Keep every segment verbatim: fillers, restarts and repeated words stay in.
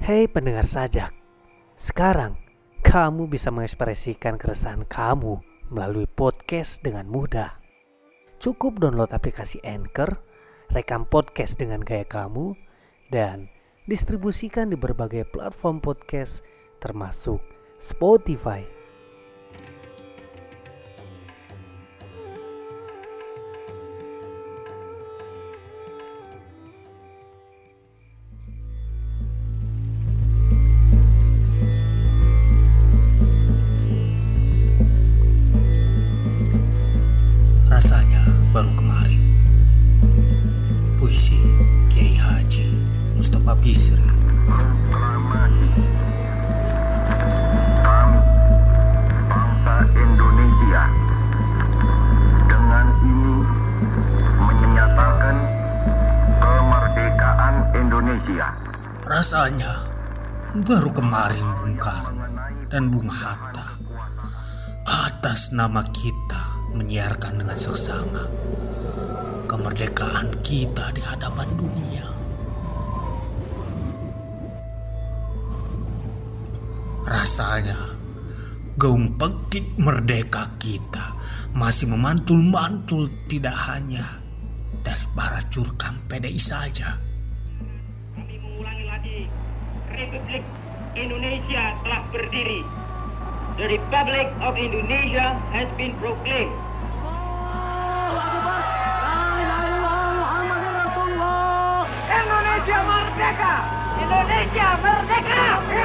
Hei pendengar sajak, sekarang kamu bisa mengekspresikan keresahan kamu melalui podcast dengan mudah. Cukup download aplikasi Anchor, rekam podcast dengan gaya kamu, dan distribusikan di berbagai platform podcast termasuk Spotify. Rasanya baru kemarin. Puisi Kiai Haji Mustafa Bisri. Proklamasi kami bangsa Indonesia dengan ini menyatakan kemerdekaan Indonesia. Rasanya baru kemarin Bung Karno dan Bung Hatta atas nama kita menyiarkan dengan seksama kemerdekaan kita di hadapan dunia. Rasanya gaung pekik merdeka kita masih memantul-mantul tidak hanya dari para curkam P D I saja. Kami mengulangi lagi, Republik Indonesia telah berdiri. The Republic of Indonesia has been proclaimed. Indonesia merdeka! Indonesia merdeka!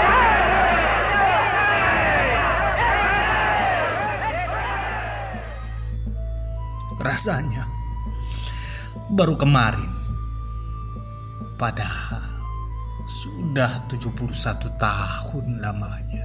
Rasanya baru kemarin, padahal sudah tujuh puluh satu tahun lamanya.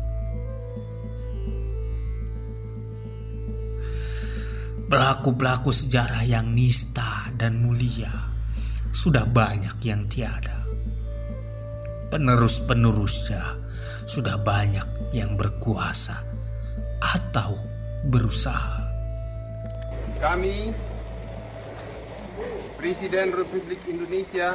Pelaku-pelaku sejarah yang nista dan mulia sudah banyak yang tiada. Penerus-penerusnya sudah banyak yang berkuasa atau berusaha. Kami, Presiden Republik Indonesia,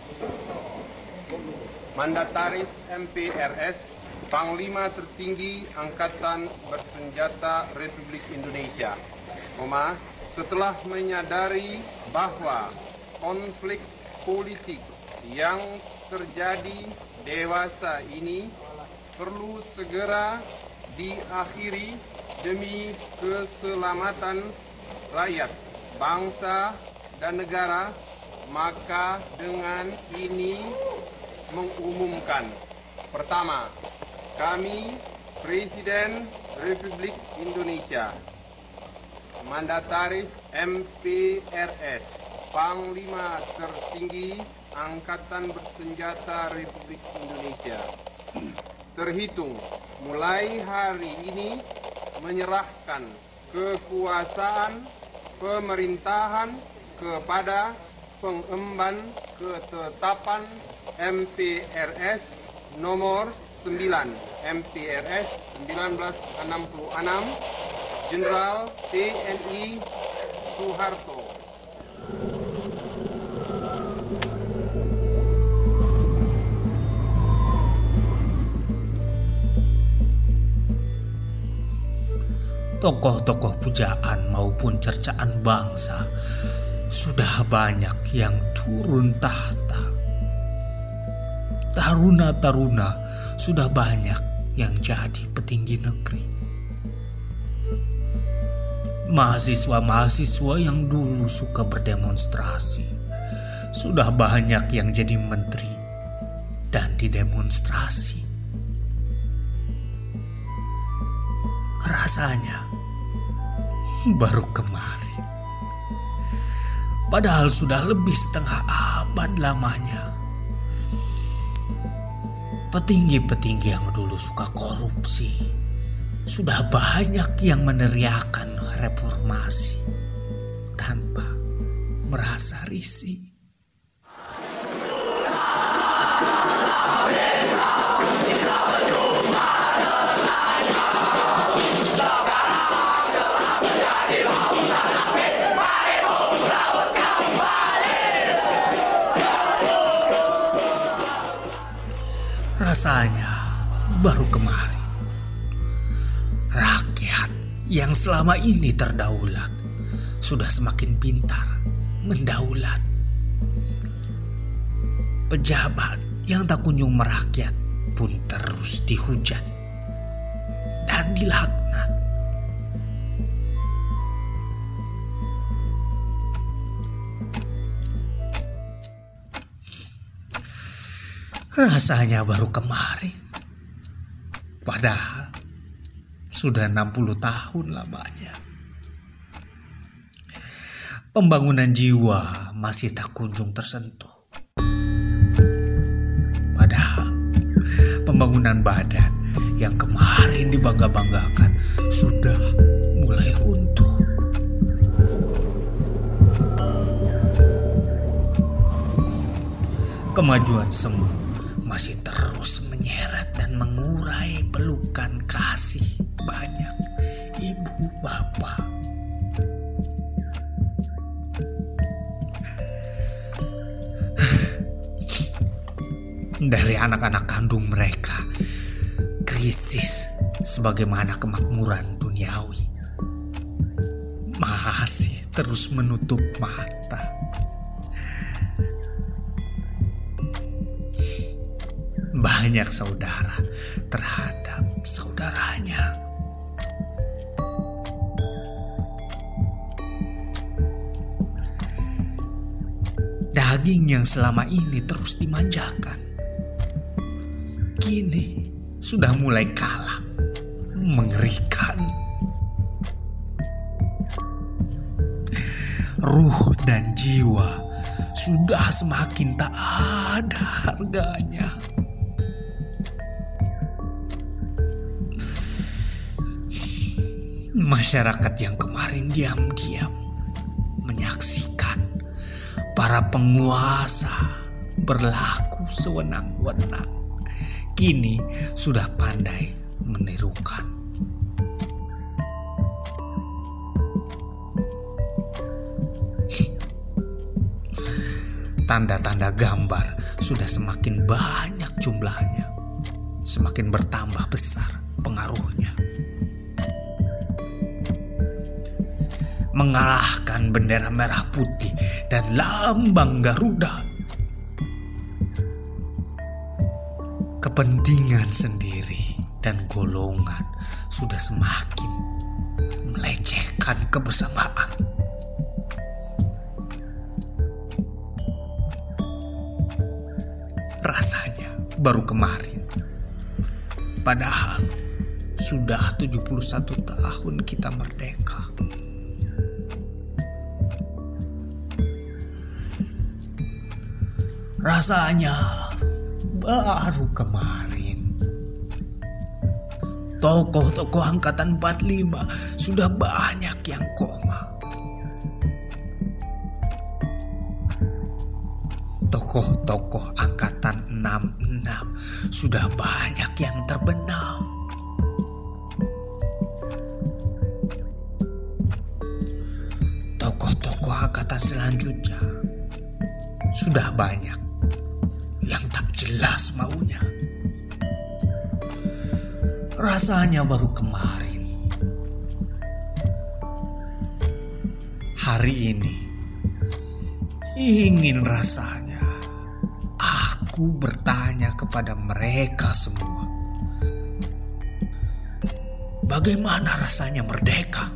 Mandataris M P R S, Panglima Tertinggi Angkatan Bersenjata Republik Indonesia, Koma, setelah menyadari bahwa konflik politik yang terjadi dewasa ini perlu segera diakhiri demi keselamatan rakyat, bangsa, dan negara, maka dengan ini mengumumkan. Pertama, kami Presiden Republik Indonesia, Mandataris M P R S, Panglima Tertinggi Angkatan Bersenjata Republik Indonesia, terhitung mulai hari ini menyerahkan kekuasaan pemerintahan kepada pengemban ketetapan M P R S nomor sembilan M P R S seribu sembilan ratus enam puluh enam Jenderal T N I Soeharto. Tokoh-tokoh pujaan maupun cercaan bangsa sudah banyak yang turun tahta. Taruna-taruna sudah banyak yang jadi petinggi negeri. Mahasiswa-mahasiswa yang dulu suka berdemonstrasi sudah banyak yang jadi menteri dan didemonstrasi. Rasanya baru kemarin, padahal sudah lebih setengah abad lamanya. Petinggi-petinggi yang dulu suka korupsi sudah banyak yang meneriakan reformasi tanpa merasa risih. Rasanya baru kemarin rakyat yang selama ini terdaulat sudah semakin pintar mendaulat. Pejabat yang tak kunjung merakyat pun terus dihujat dan dilaknat. Rasanya baru kemarin, padahal sudah enam puluh tahun lamanya. Pembangunan jiwa masih tak kunjung tersentuh. Padahal pembangunan badan yang kemarin dibangga-banggakan sudah mulai runtuh. Kemajuan semu masih terus menyeret dan mengurai pelukan kasih banyak ibu bapak. Dari anak-anak kandung mereka, krisis sebagaimana kemakmuran duniawi masih terus menutup mata. Banyak saudara terhadap saudaranya. Daging yang selama ini terus dimanjakan, kini sudah mulai kalah, mengerikan. Ruh dan jiwa sudah semakin tak ada harganya. Masyarakat yang kemarin diam-diam menyaksikan para penguasa berlaku sewenang-wenang, kini sudah pandai menirukan. Tanda-tanda gambar sudah semakin banyak jumlahnya, semakin bertambah besar pengaruhnya. Mengalahkan bendera merah putih dan lambang Garuda. Kepentingan sendiri dan golongan sudah semakin melecehkan kebersamaan. Rasanya baru kemarin, padahal sudah tujuh puluh satu tahun kita merdeka. Rasanya baru kemarin. Tokoh-tokoh angkatan empat puluh lima sudah banyak yang koma. Tokoh-tokoh angkatan enam puluh enam sudah banyak yang terbenam. Tokoh-tokoh angkatan selanjutnya sudah banyak yang tak jelas maunya. Rasanya baru kemarin. Hari ini ingin rasanya aku bertanya kepada mereka semua, bagaimana rasanya merdeka?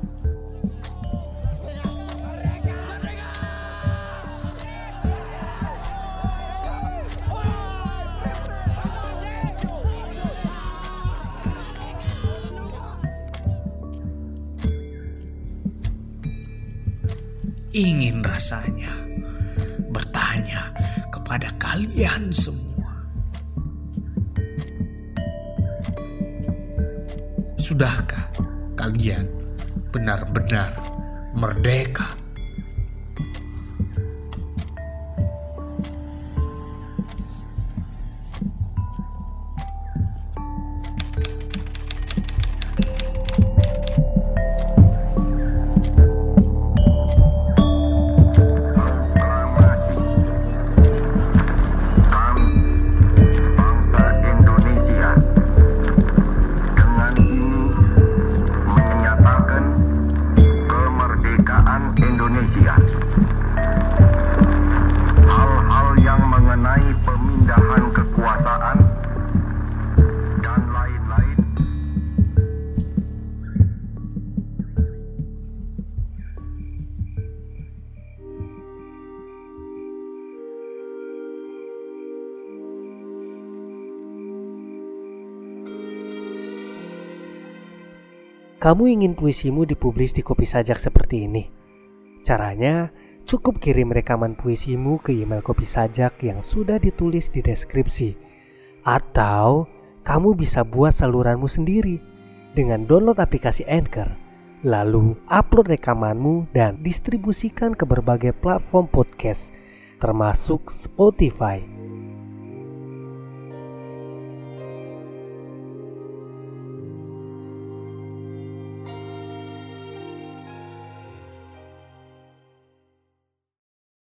Ingin rasanya bertanya kepada kalian semua, sudahkah kalian benar-benar merdeka? Proklamasi. Kami, bangsa Indonesia. Hal-hal yang mengenai pemindahan kekuasaan dan lain-lain. Kamu ingin puisimu dipublis di Kopi Sajak seperti ini? Caranya, cukup kirim rekaman puisimu ke email Kopi Sajak yang sudah ditulis di deskripsi. Atau, kamu bisa buat saluranmu sendiri dengan download aplikasi Anchor, lalu upload rekamanmu dan distribusikan ke berbagai platform podcast, termasuk Spotify,